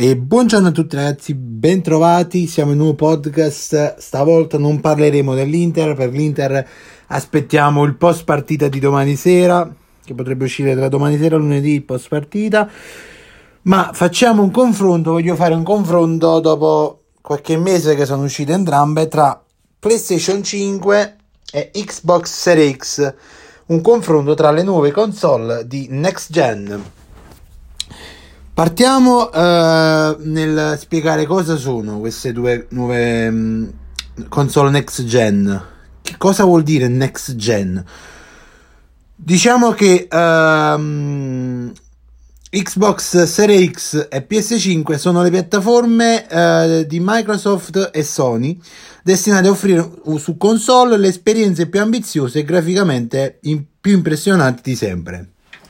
E buongiorno a tutti ragazzi, bentrovati, siamo in un nuovo podcast. Stavolta non parleremo dell'Inter, per l'Inter aspettiamo il post partita di domani sera, che potrebbe uscire tra domani sera e lunedì, il post partita, ma facciamo un confronto, voglio fare un confronto dopo qualche mese che sono uscite entrambe tra PlayStation 5 e Xbox Series X, un confronto tra le nuove console di next gen. Partiamo nel spiegare cosa sono queste due nuove console next gen. Che cosa vuol dire next gen? Diciamo che Xbox Series X e PS5 sono le piattaforme di Microsoft e Sony destinate a offrire su console le esperienze più ambiziose e graficamente più impressionanti di sempre.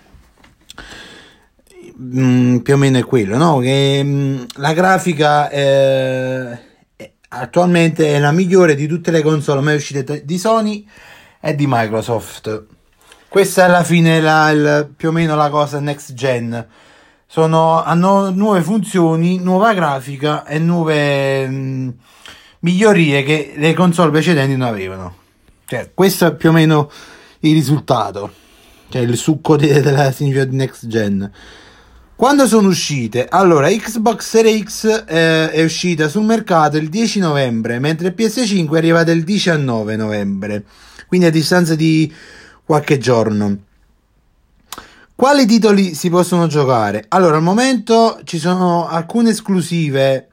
Più o meno è quello, no? Che la grafica attualmente è la migliore di tutte le console mai uscite di Sony e di Microsoft. Questa è alla fine più o meno la cosa next gen. Hanno nuove funzioni, nuova grafica e nuove migliorie che le console precedenti non avevano. Cioè, questo è più o meno il risultato, cioè il succo della significato di next gen. Quando sono uscite? Allora, Xbox Series X è uscita sul mercato il 10 novembre, mentre PS5 è arrivata il 19 novembre, quindi a distanza di qualche giorno. Quali titoli si possono giocare? Allora, al momento ci sono alcune esclusive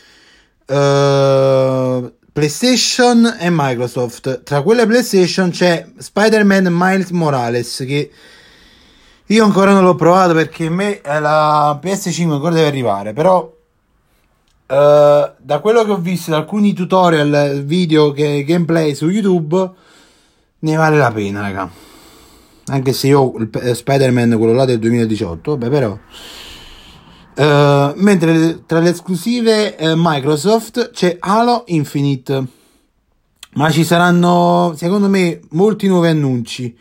PlayStation e Microsoft. Tra quelle PlayStation c'è Spider-Man Miles Morales, che io ancora non l'ho provato perché a me la PS5 ancora deve arrivare, però da quello che ho visto da alcuni tutorial, video, gameplay su YouTube, ne vale la pena, raga. Anche se io il Spider-Man, quello là del 2018, vabbè, però mentre tra le esclusive Microsoft c'è Halo Infinite, ma ci saranno secondo me molti nuovi annunci.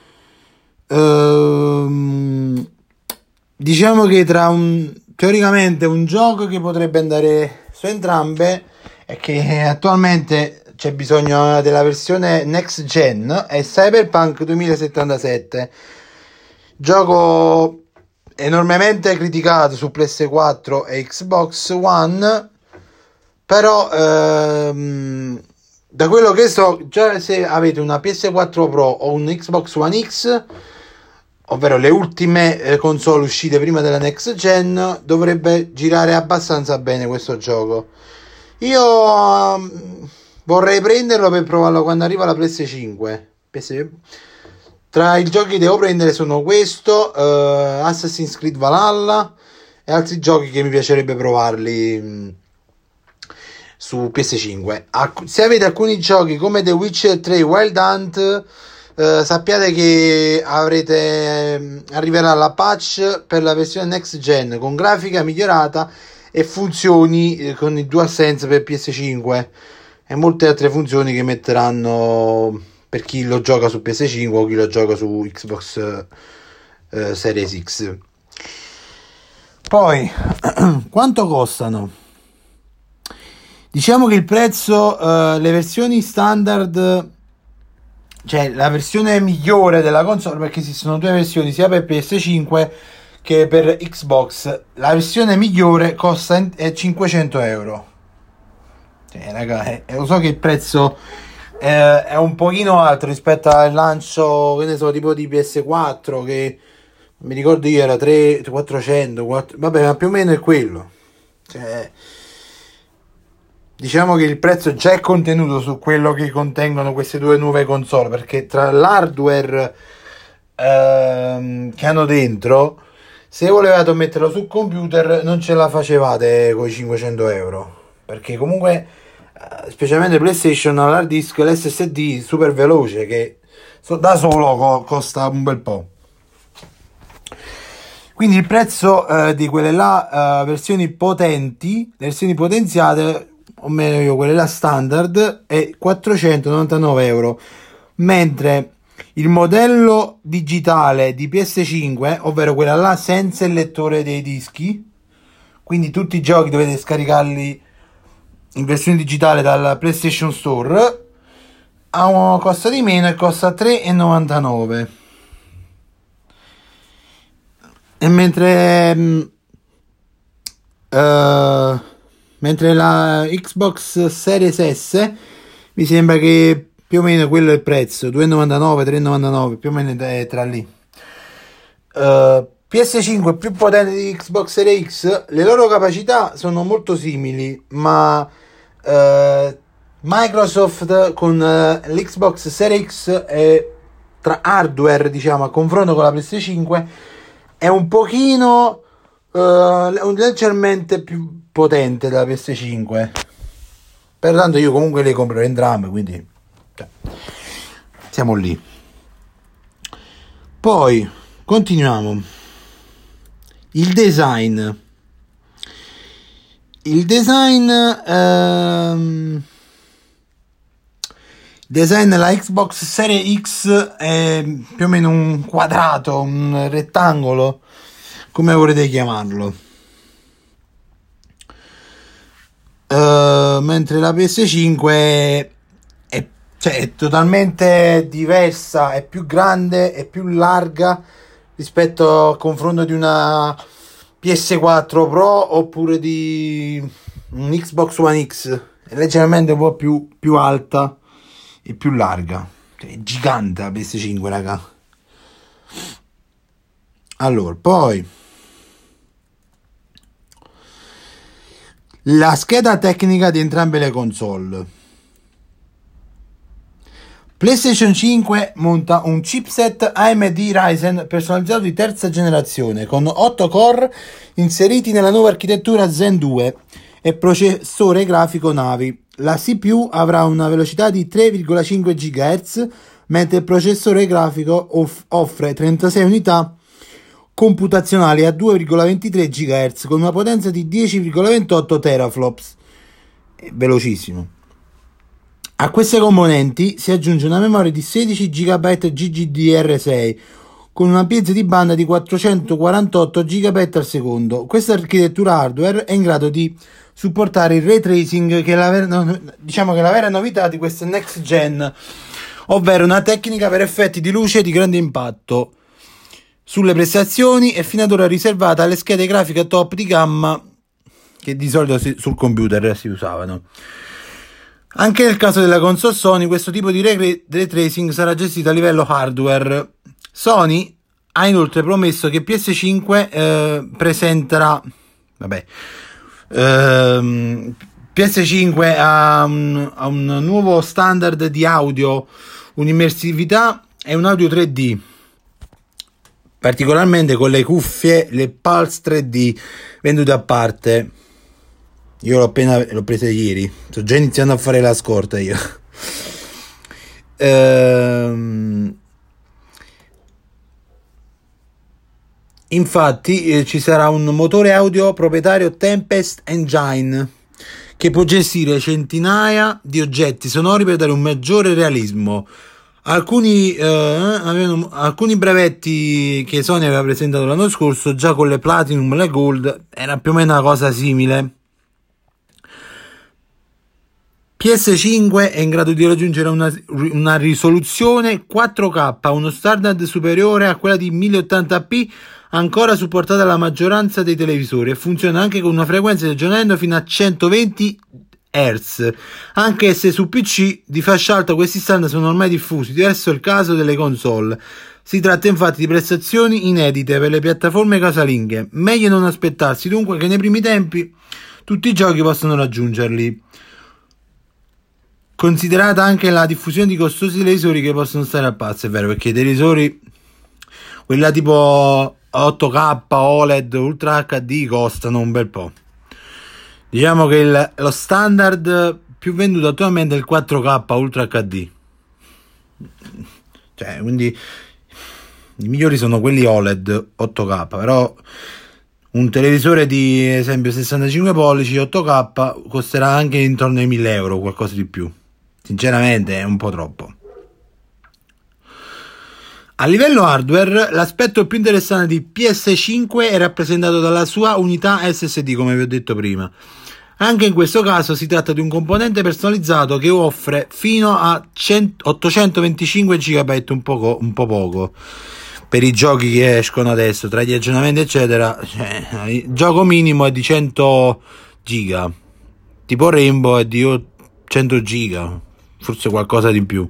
Diciamo che teoricamente un gioco che potrebbe andare su entrambe è che attualmente c'è bisogno della versione next gen, è Cyberpunk 2077, gioco enormemente criticato su PS4 e Xbox One, però da quello che so, già se avete una PS4 Pro o un Xbox One X, ovvero le ultime console uscite prima della next gen, dovrebbe girare abbastanza bene questo gioco. Io vorrei prenderlo per provarlo quando arriva la PS5. Tra i giochi che devo prendere sono questo, Assassin's Creed Valhalla e altri giochi che mi piacerebbe provarli su PS5. Se avete alcuni giochi come The Witcher 3 Wild Hunt, sappiate che arriverà la patch per la versione next gen con grafica migliorata e funzioni con il DualSense per PS5 e molte altre funzioni che metteranno per chi lo gioca su PS5 o chi lo gioca su Xbox Series X. Poi quanto costano? Diciamo che il prezzo, le versioni standard, cioè la versione migliore della console, perché esistono due versioni sia per PS5 che per Xbox, la versione migliore costa 500 euro. Cioè, raga, lo so che il prezzo è un pochino alto rispetto al lancio, che ne so, tipo di PS4, che mi ricordo io era 400, vabbè, ma più o meno è quello. Cioè, diciamo che il prezzo già è contenuto su quello che contengono queste due nuove console, perché tra l'hardware che hanno dentro, se volevate metterlo sul computer non ce la facevate con i 500 euro, perché comunque specialmente PlayStation ha l'hard disk, l'SSD super veloce che da solo costa un bel po'. Quindi il prezzo di quelle là versioni potenti, le versioni potenziate, o meglio quelle là standard, è 499 euro, mentre il modello digitale di PS5, ovvero quella là senza il lettore dei dischi, quindi tutti i giochi dovete scaricarli in versione digitale dal PlayStation Store. Costa di meno e costa 3,99. E mentre la Xbox Series S mi sembra che più o meno quello è il prezzo, 2,99, 3,99, più o meno è tra lì. PS5 più potente di Xbox Series X, le loro capacità sono molto simili, ma Microsoft con l'Xbox Series X tra hardware, diciamo, a confronto con la PlayStation 5 è un pochino leggermente più potente della PS5. Pertanto io comunque le compro entrambe, quindi siamo lì. Poi continuiamo. Il design della Xbox Series X è più o meno un quadrato, un rettangolo, come volete chiamarlo, mentre la PS5 è totalmente diversa, è più grande, è più larga rispetto al confronto di una PS4 Pro oppure di un Xbox One X. È leggermente un po' più alta e più larga. È gigante la PS5, raga. Allora, poi la scheda tecnica di entrambe le console. PlayStation 5 monta un chipset AMD Ryzen personalizzato di terza generazione con 8 core inseriti nella nuova architettura Zen 2 e processore grafico Navi. La CPU avrà una velocità di 3,5 GHz, mentre il processore grafico offre 36 unità computazionali a 2,23 GHz con una potenza di 10,28 teraflops. È velocissimo. A queste componenti si aggiunge una memoria di 16 GB GDDR6 con una ampiezza di banda di 448 GB al secondo. Questa architettura hardware è in grado di supportare il ray tracing, che è la vera novità di questa next gen, ovvero una tecnica per effetti di luce di grande impatto sulle prestazioni e fino ad ora riservata alle schede grafiche top di gamma che di solito sul computer si usavano. Anche nel caso della console Sony, questo tipo di ray tracing sarà gestito a livello hardware. Sony ha inoltre promesso che PS5 presenterà. PS5 ha un nuovo standard di audio, un'immersività e un audio 3D, particolarmente con le cuffie, le Pulse 3D vendute a parte. Io l'ho presa ieri, sto già iniziando a fare la scorta io. Infatti ci sarà un motore audio proprietario Tempest Engine che può gestire centinaia di oggetti sonori per dare un maggiore realismo. Alcuni brevetti che Sony aveva presentato l'anno scorso, già con le Platinum e le Gold, era più o meno una cosa simile. PS5 è in grado di raggiungere una risoluzione 4K, uno standard superiore a quella di 1080p, ancora supportata dalla maggioranza dei televisori, e funziona anche con una frequenza di aggiornamento fino a 120 Hz, anche se su PC di fascia alta questi standard sono ormai diffusi. Diverso è il caso delle console. Si tratta infatti di prestazioni inedite per le piattaforme casalinghe. Meglio non aspettarsi dunque che nei primi tempi tutti i giochi possano raggiungerli. Considerata anche la diffusione di costosi televisori che possono stare al pazzo, è vero, perché i televisori, quelli tipo 8K, OLED, Ultra HD, costano un bel po'. Diciamo che lo standard più venduto attualmente è il 4K Ultra HD. Cioè, quindi i migliori sono quelli OLED 8K, però un televisore di esempio 65 pollici 8K costerà anche intorno ai 1.000 euro, qualcosa di più. Sinceramente è un po' troppo. A livello hardware, l'aspetto più interessante di PS5 è rappresentato dalla sua unità SSD, come vi ho detto prima. Anche in questo caso si tratta di un componente personalizzato che offre fino a 825 GB, un po' poco per i giochi che escono adesso, tra gli aggiornamenti eccetera. Il gioco minimo è di 100 giga, tipo Rainbow è di 100 giga, forse qualcosa di più.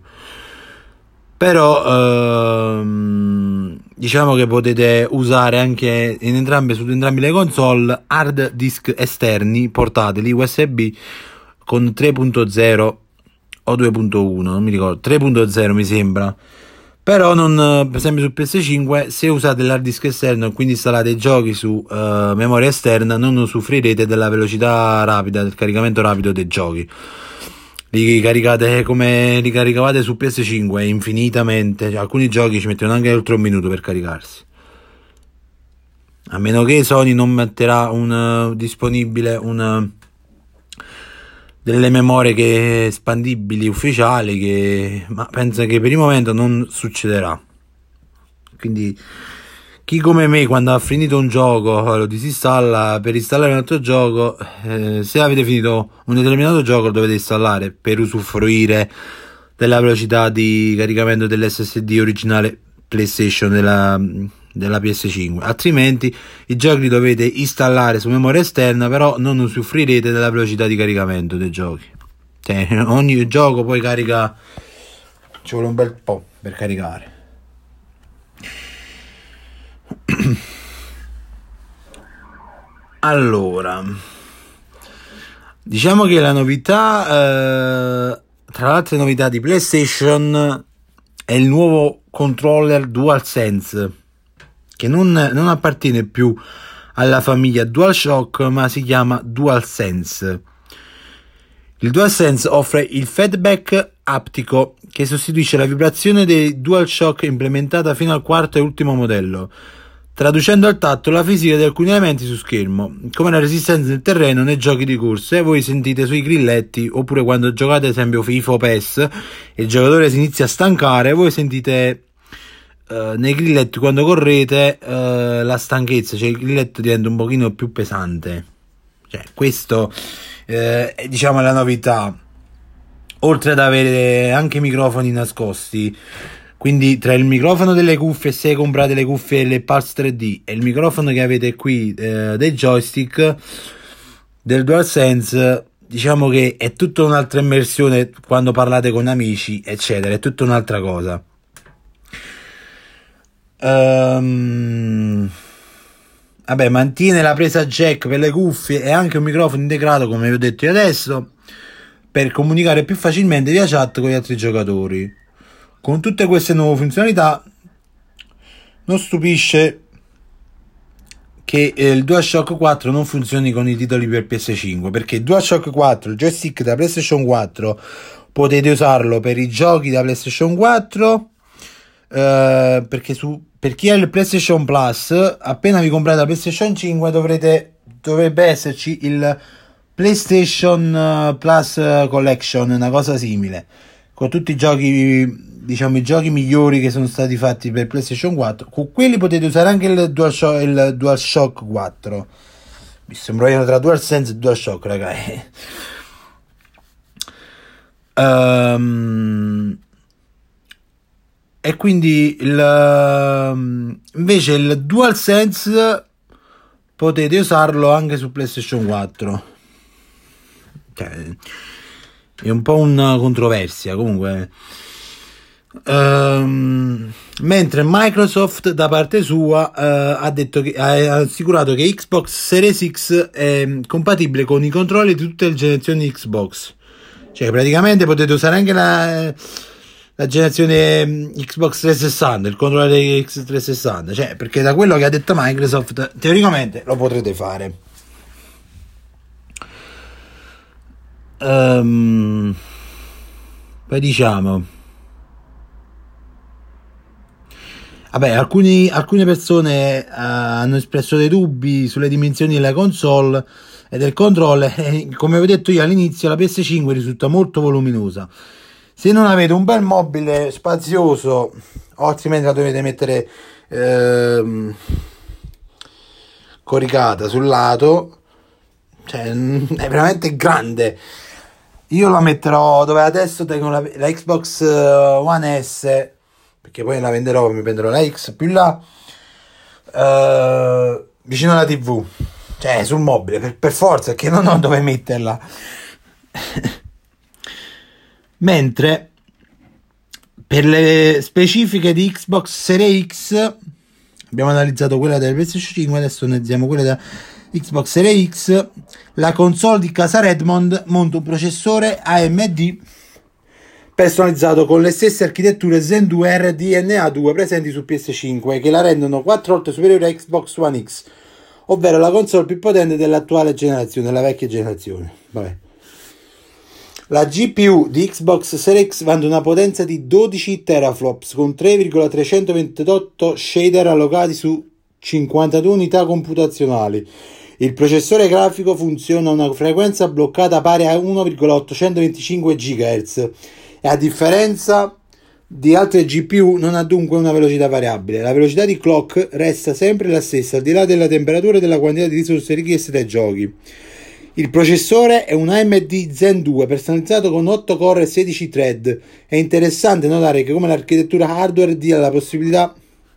Però diciamo che potete usare anche su entrambe le console hard disk esterni portatili USB con 3.0 o 2.1, non mi ricordo, 3.0 mi sembra. Però non, per esempio su PS5, se usate l'hard disk esterno e quindi installate i giochi su memoria esterna, non usufruirete della velocità rapida, del caricamento rapido dei giochi. Li caricate come li caricavate su PS5 infinitamente, alcuni giochi ci mettono anche oltre un minuto per caricarsi, a meno che Sony non metterà disponibile delle memorie espandibili ufficiali, ma penso che per il momento non succederà. Quindi chi come me, quando ha finito un gioco, lo disinstalla per installare un altro gioco. Se avete finito un determinato gioco, lo dovete installare per usufruire della velocità di caricamento dell'SSD originale PlayStation della PS5. Altrimenti i giochi li dovete installare su memoria esterna, però non usufruirete della velocità di caricamento dei giochi. Cioè, ogni gioco poi carica, ci vuole un bel po' per caricare. Allora, diciamo che la novità, tra le altre novità di PlayStation, è il nuovo controller DualSense, che non appartiene più alla famiglia DualShock, ma si chiama DualSense. Il DualSense offre il feedback aptico, che sostituisce la vibrazione dei DualShock implementata fino al quarto e ultimo modello, traducendo al tatto la fisica di alcuni elementi su schermo, come la resistenza del terreno nei giochi di corsa. E voi sentite sui grilletti, oppure quando giocate ad esempio FIFA o PES e il giocatore si inizia a stancare, voi sentite nei grilletti quando correte la stanchezza, cioè il grilletto diventa un pochino più pesante. Cioè, questo è, diciamo, la novità, oltre ad avere anche microfoni nascosti. Quindi tra il microfono delle cuffie, se comprate le cuffie le Pulse 3D, e il microfono che avete qui dei joystick del DualSense, diciamo che è tutta un'altra immersione quando parlate con amici eccetera, è tutta un'altra cosa. Vabbè, mantiene la presa jack per le cuffie e anche un microfono integrato, come vi ho detto io adesso, per comunicare più facilmente via chat con gli altri giocatori. Con tutte queste nuove funzionalità non stupisce che il DualShock 4 non funzioni con i titoli per PS5, perché il DualShock 4, il joystick da PlayStation 4, potete usarlo per i giochi da PlayStation 4, perché per chi ha il PlayStation Plus, appena vi comprate la PlayStation 5 dovrebbe esserci il PlayStation Plus Collection, una cosa simile, con tutti i giochi, diciamo i giochi migliori che sono stati fatti per PlayStation 4. Con quelli potete usare anche il DualShock 4. Mi sembra io tra DualSense e DualShock, ragazzi. E quindi invece il DualSense potete usarlo anche su PlayStation 4. Cioè, è un po' una controversia comunque. Mentre Microsoft da parte sua ha assicurato che Xbox Series X è compatibile con i controlli di tutte le generazioni Xbox. Cioè praticamente potete usare anche la generazione Xbox 360, il controller X360, cioè, perché da quello che ha detto Microsoft teoricamente lo potrete fare. Poi diciamo, vabbè, alcune persone hanno espresso dei dubbi sulle dimensioni della console e del controller. Come vi ho detto io all'inizio, la PS5 risulta molto voluminosa. Se non avete un bel mobile spazioso, o altrimenti la dovete mettere coricata sul lato, cioè è veramente grande. Io la metterò dove adesso tengo la Xbox One S, perché poi la venderò, mi prenderò la X più là, vicino alla TV, cioè sul mobile, per forza, perché non ho dove metterla. Mentre per le specifiche di Xbox Series X abbiamo analizzato quella della PlayStation 5, adesso analizziamo quella della Xbox Series X. La console di casa Redmond monta un processore AMD personalizzato con le stesse architetture Zen 2 RDNA 2 presenti su PS5, che la rendono 4 volte superiore a Xbox One X, ovvero la console più potente dell'attuale generazione, della vecchia generazione. Vabbè. La GPU di Xbox Series X vanta una potenza di 12 teraflops con 3,328 shader allocati su 52 unità computazionali. Il processore grafico funziona a una frequenza bloccata pari a 1,825 GHz e, a differenza di altre GPU, non ha dunque una velocità variabile. La velocità di clock resta sempre la stessa al di là della temperatura e della quantità di risorse richieste dai giochi. Il processore è un AMD Zen 2 personalizzato con 8 core e 16 thread. È interessante notare che come l'architettura hardware dia la possibilità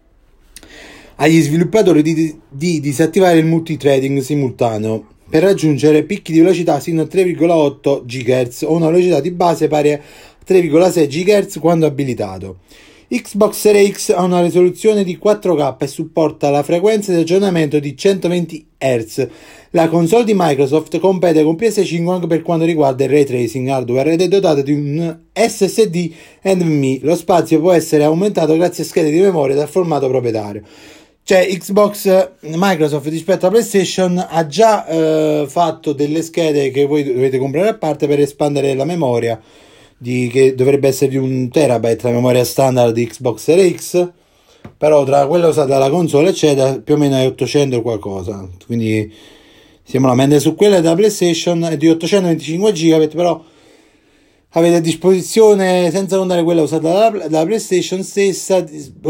agli sviluppatori di disattivare il multithreading simultaneo per raggiungere picchi di velocità sino a 3,8 GHz o una velocità di base pari a 3,6 GHz quando abilitato. Xbox Series X ha una risoluzione di 4K e supporta la frequenza di aggiornamento di 120 Hz. La console di Microsoft compete con PS5 anche per quanto riguarda il ray tracing hardware ed è dotata di un SSD NVMe. Lo spazio può essere aumentato grazie a schede di memoria dal formato proprietario. Cioè Xbox, Microsoft rispetto a PlayStation ha già fatto delle schede che voi dovete comprare a parte per espandere la memoria, che dovrebbe essere di 1 terabyte la memoria standard di Xbox Series X, però tra quella usata dalla console eccetera più o meno è 800 e qualcosa, quindi siamo la mente su quella della PlayStation è di 825 GB, però avete a disposizione, senza contare quella usata dalla PlayStation stessa,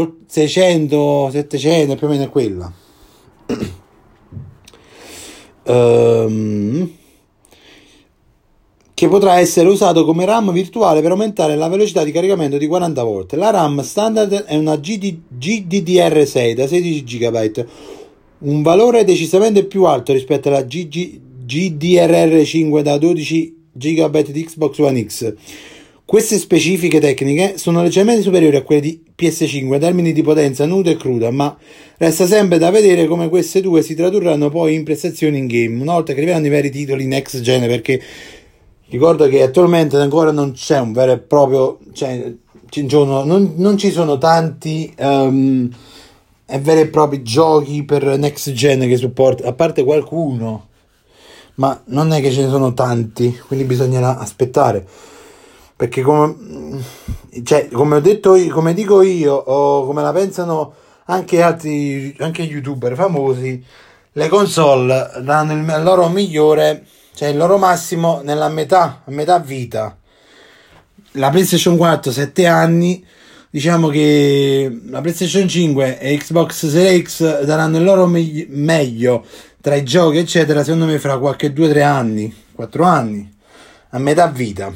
600, 700, più o meno è quella. Che potrà essere usato come RAM virtuale per aumentare la velocità di caricamento di 40 volte. La RAM standard è una GDDR6 da 16 GB, un valore decisamente più alto rispetto alla GDDR5 da 12 GB di Xbox One X. Queste specifiche tecniche sono leggermente superiori a quelle di PS5 in termini di potenza nuda e cruda, ma resta sempre da vedere come queste due si tradurranno poi in prestazioni in game una volta che arriveranno i veri titoli next gen, perché ricordo che attualmente ancora non c'è un vero e proprio, cioè non ci sono tanti veri e propri giochi per next gen che supporta, a parte qualcuno, ma non è che ce ne sono tanti, quindi bisognerà aspettare, perché come ho detto io, come dico io, o come la pensano anche altri, anche youtuber famosi, le console danno il loro migliore, cioè il loro massimo nella metà vita. La PlayStation 4 7 anni, diciamo che la PlayStation 5 e Xbox Series X daranno il loro meglio tra i giochi eccetera, secondo me fra qualche 2-3 anni, 4 anni, a metà vita.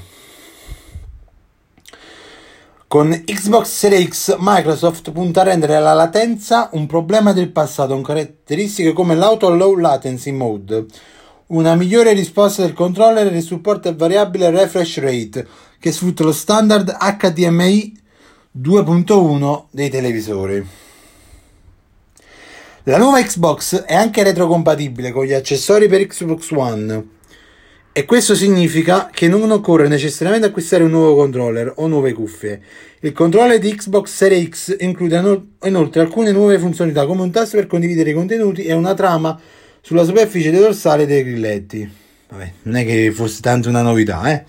Con Xbox Series X Microsoft punta a rendere la latenza un problema del passato con caratteristiche come l'auto low latency mode, una migliore risposta del controller e il supporto al variabile refresh rate che sfrutta lo standard HDMI 2.1 dei televisori. La nuova Xbox è anche retrocompatibile con gli accessori per Xbox One e questo significa che non occorre necessariamente acquistare un nuovo controller o nuove cuffie. Il controller di Xbox Series X include inoltre alcune nuove funzionalità come un tasto per condividere i contenuti e una trama sulla superficie dorsale dei grilletti. Vabbè, non è che fosse tanto una novità,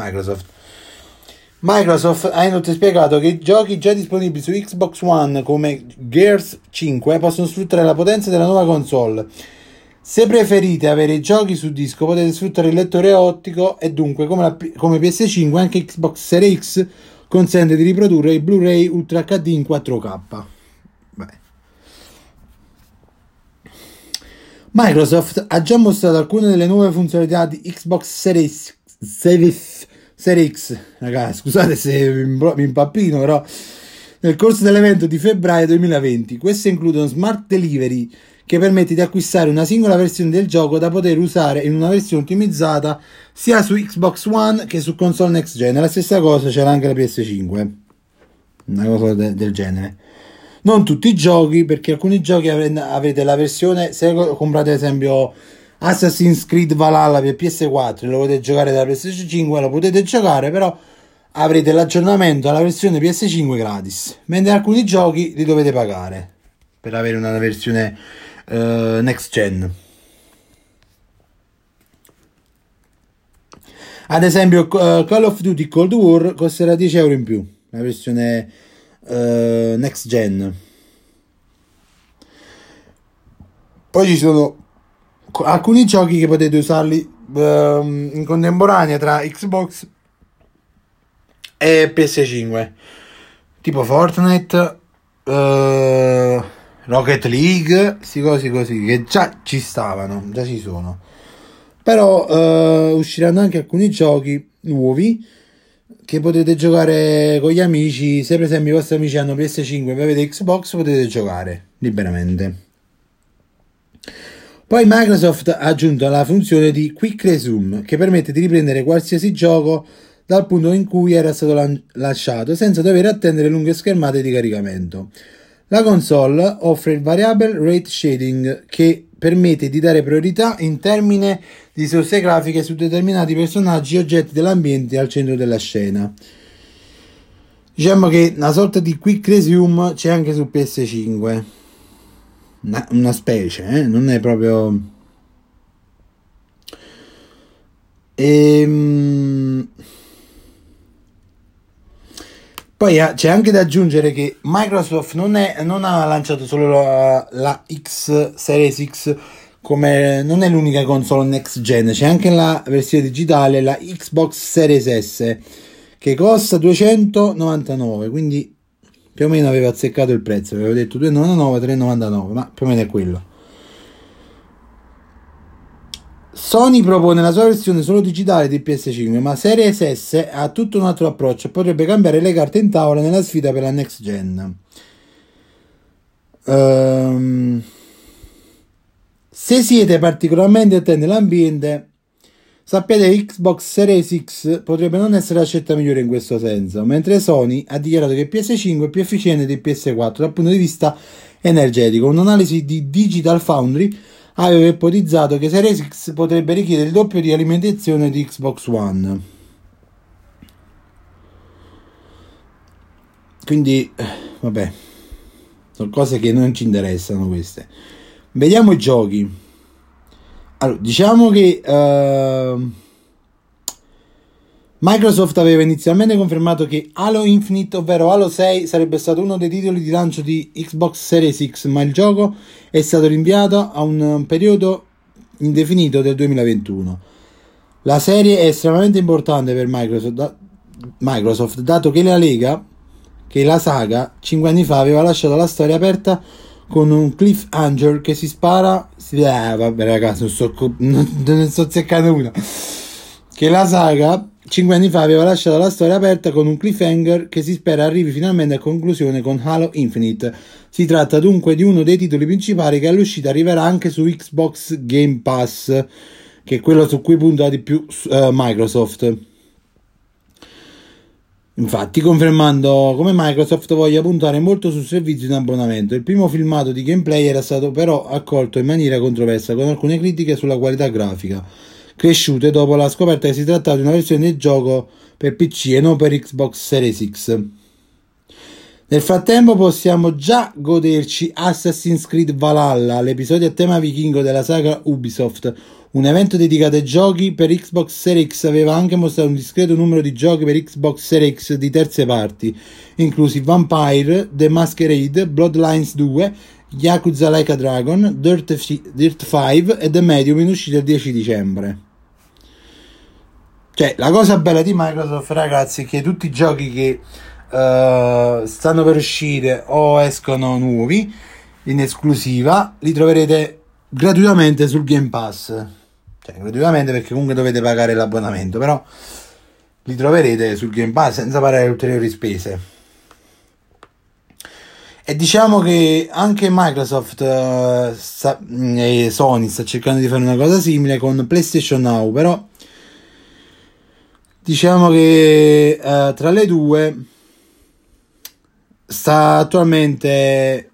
Microsoft ha inoltre spiegato che i giochi già disponibili su Xbox One come Gears 5 possono sfruttare la potenza della nuova console Se preferite avere i giochi su disco potete sfruttare il lettore ottico e dunque come PS5 anche Xbox Series X consente di riprodurre i Blu-ray Ultra HD in 4K. Beh. Microsoft ha già mostrato alcune delle nuove funzionalità di Xbox Series X, ragazzi, scusate se mi impappino, però nel corso dell'evento di febbraio 2020. Queste includono Smart Delivery, che permette di acquistare una singola versione del gioco da poter usare in una versione ottimizzata sia su Xbox One che su console next gen. La stessa cosa c'era anche la PS5, una cosa del genere. Non tutti i giochi, perché alcuni giochi avete la versione, se comprate ad esempio Assassin's Creed Valhalla per PS4 lo potete giocare dalla PS5, lo potete giocare, però avrete l'aggiornamento alla versione PS5 gratis, mentre alcuni giochi li dovete pagare per avere una versione next gen. Ad esempio Call of Duty Cold War costerà 10 euro in più, la versione next gen. Poi ci sono alcuni giochi che potete usarli in contemporanea tra Xbox e PS5, tipo Fortnite, Rocket League, questi cosi così, che già ci stavano, già ci sono. Però usciranno anche alcuni giochi nuovi che potete giocare con gli amici. Se per esempio i vostri amici hanno PS5 e avete Xbox, potete giocare liberamente. Poi Microsoft ha aggiunto la funzione di Quick Resume, che permette di riprendere qualsiasi gioco dal punto in cui era stato lasciato senza dover attendere lunghe schermate di caricamento. La console offre il Variable Rate Shading, che permette di dare priorità in termini di risorse grafiche su determinati personaggi e oggetti dell'ambiente al centro della scena. Diciamo che una sorta di Quick Resume c'è anche su PS5, una specie, non è proprio... Poi c'è anche da aggiungere che Microsoft non ha lanciato solo la X Series X, come non è l'unica console next gen, c'è anche la versione digitale, la Xbox Series S, che costa 299, quindi più o meno avevo azzeccato il prezzo, avevo detto 299, 399, ma più o meno è quello. Sony propone la sua versione solo digitale di PS5, ma Series S ha tutto un altro approccio e potrebbe cambiare le carte in tavola nella sfida per la next gen. Se siete particolarmente attenti all'ambiente, sappiate che Xbox Series X potrebbe non essere la scelta migliore in questo senso, mentre Sony ha dichiarato che PS5 è più efficiente di PS4 dal punto di vista energetico. Un'analisi di Digital Foundry aveva ipotizzato che Series X potrebbe richiedere il doppio di alimentazione di Xbox One. Quindi, vabbè, sono cose che non ci interessano queste. Vediamo i giochi. Allora, diciamo che Microsoft aveva inizialmente confermato che Halo Infinite, ovvero Halo 6, sarebbe stato uno dei titoli di lancio di Xbox Series X, ma il gioco è stato rinviato a un periodo indefinito del 2021. La serie è estremamente importante per Microsoft, dato che la saga 5 anni fa aveva lasciato la storia aperta con un cliffhanger che si spara. Vabbè ragazzi, non sto azzeccando una. Che la saga 5 anni fa aveva lasciato la storia aperta con un cliffhanger che si spera arrivi finalmente a conclusione con Halo Infinite. Si tratta dunque di uno dei titoli principali che all'uscita arriverà anche su Xbox Game Pass, che è quello su cui punta di più Microsoft. Infatti, confermando come Microsoft voglia puntare molto sul servizio in abbonamento. Il primo filmato di gameplay era stato però accolto in maniera controversa, con alcune critiche sulla qualità grafica cresciute dopo la scoperta che si trattava di una versione del gioco per PC e non per Xbox Series X. Nel frattempo possiamo già goderci Assassin's Creed Valhalla, l'episodio a tema vichingo della saga Ubisoft. Un evento dedicato ai giochi per Xbox Series X aveva anche mostrato un discreto numero di giochi per Xbox Series X di terze parti, inclusi Vampire, The Masquerade, Bloodlines 2 Yakuza Like a Dragon, Dirt 5 e The Medium in uscita il 10 dicembre. Cioè, la cosa bella di Microsoft, ragazzi, è che tutti i giochi che stanno per uscire o escono nuovi in esclusiva li troverete gratuitamente sul Game Pass. Cioè, gratuitamente, perché comunque dovete pagare l'abbonamento, però li troverete sul Game Pass senza pagare ulteriori spese. E diciamo che anche Microsoft e Sony sta cercando di fare una cosa simile con PlayStation Now, però diciamo che tra le due sta attualmente,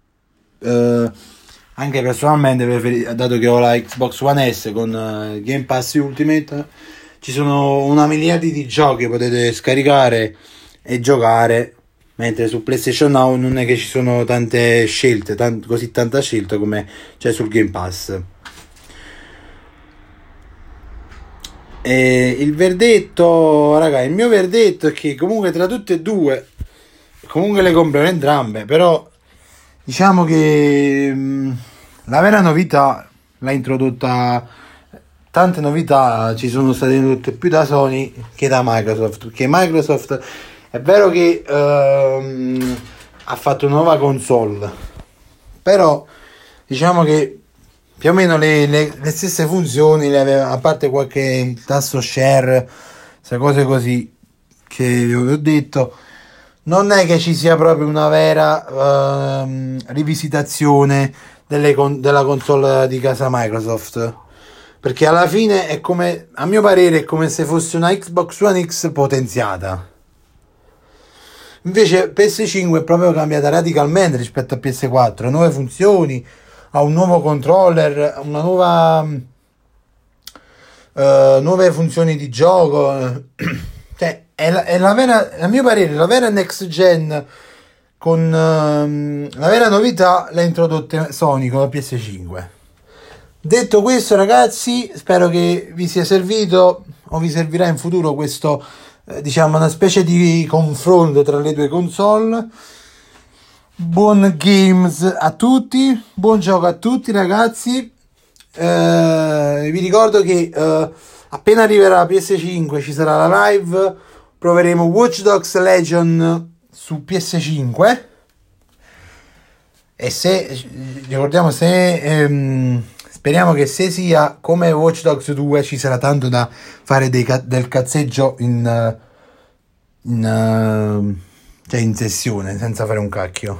anche personalmente dato che ho la Xbox One S con Game Pass Ultimate, ci sono una miliardi di giochi che potete scaricare e giocare, mentre su PlayStation Now non è che ci sono tante scelte, così tanta scelta come c'è sul Game Pass. E il verdetto, raga, il mio verdetto è che comunque tra tutte e due comunque le comprerò entrambe, però diciamo che la vera novità l'ha introdotta, tante novità ci sono state introdotte più da Sony che da Microsoft, perché Microsoft è vero che ha fatto una nuova console, però diciamo che più o meno le stesse funzioni le aveva, a parte qualche tasto share, queste cose così che vi ho detto. Non è che ci sia proprio una vera rivisitazione della console di casa Microsoft, perché alla fine è come, a mio parere, è come se fosse una Xbox One X potenziata. Invece PS5 è proprio cambiata radicalmente rispetto a PS4, nuove funzioni, ha un nuovo controller, una nuova nuove funzioni di gioco. Cioè è la vera, a mio parere, la vera next gen, con la vera novità l'ha introdotta Sony con la PS5. Detto questo, ragazzi, spero che vi sia servito o vi servirà in futuro questo, diciamo, una specie di confronto tra le due console. Buon games a tutti, buon gioco a tutti, ragazzi. Vi ricordo che appena arriverà la PS5 ci sarà la live, proveremo Watch Dogs Legion su PS5 e se ricordiamo, se speriamo che se sia come Watch Dogs 2 ci sarà tanto da fare del cazzeggio in sessione senza fare un cacchio.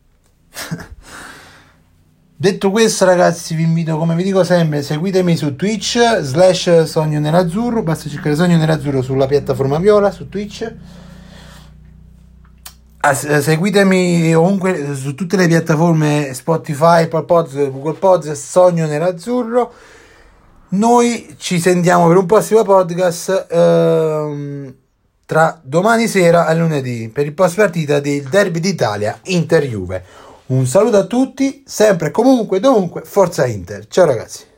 Detto questo, ragazzi, vi invito, come vi dico sempre, seguitemi su Twitch /Sogno Nerazzurro, basta cercare Sogno Nerazzurro sulla piattaforma viola su Twitch. Seguitemi ovunque su tutte le piattaforme, Spotify, Apple Podcast, Google Podcast, Sogno Nerazzurro. Noi ci sentiamo per un prossimo podcast tra domani sera e lunedì per il post partita del Derby d'Italia Inter-Juve. Un saluto a tutti, sempre, comunque, dovunque, forza Inter. Ciao ragazzi.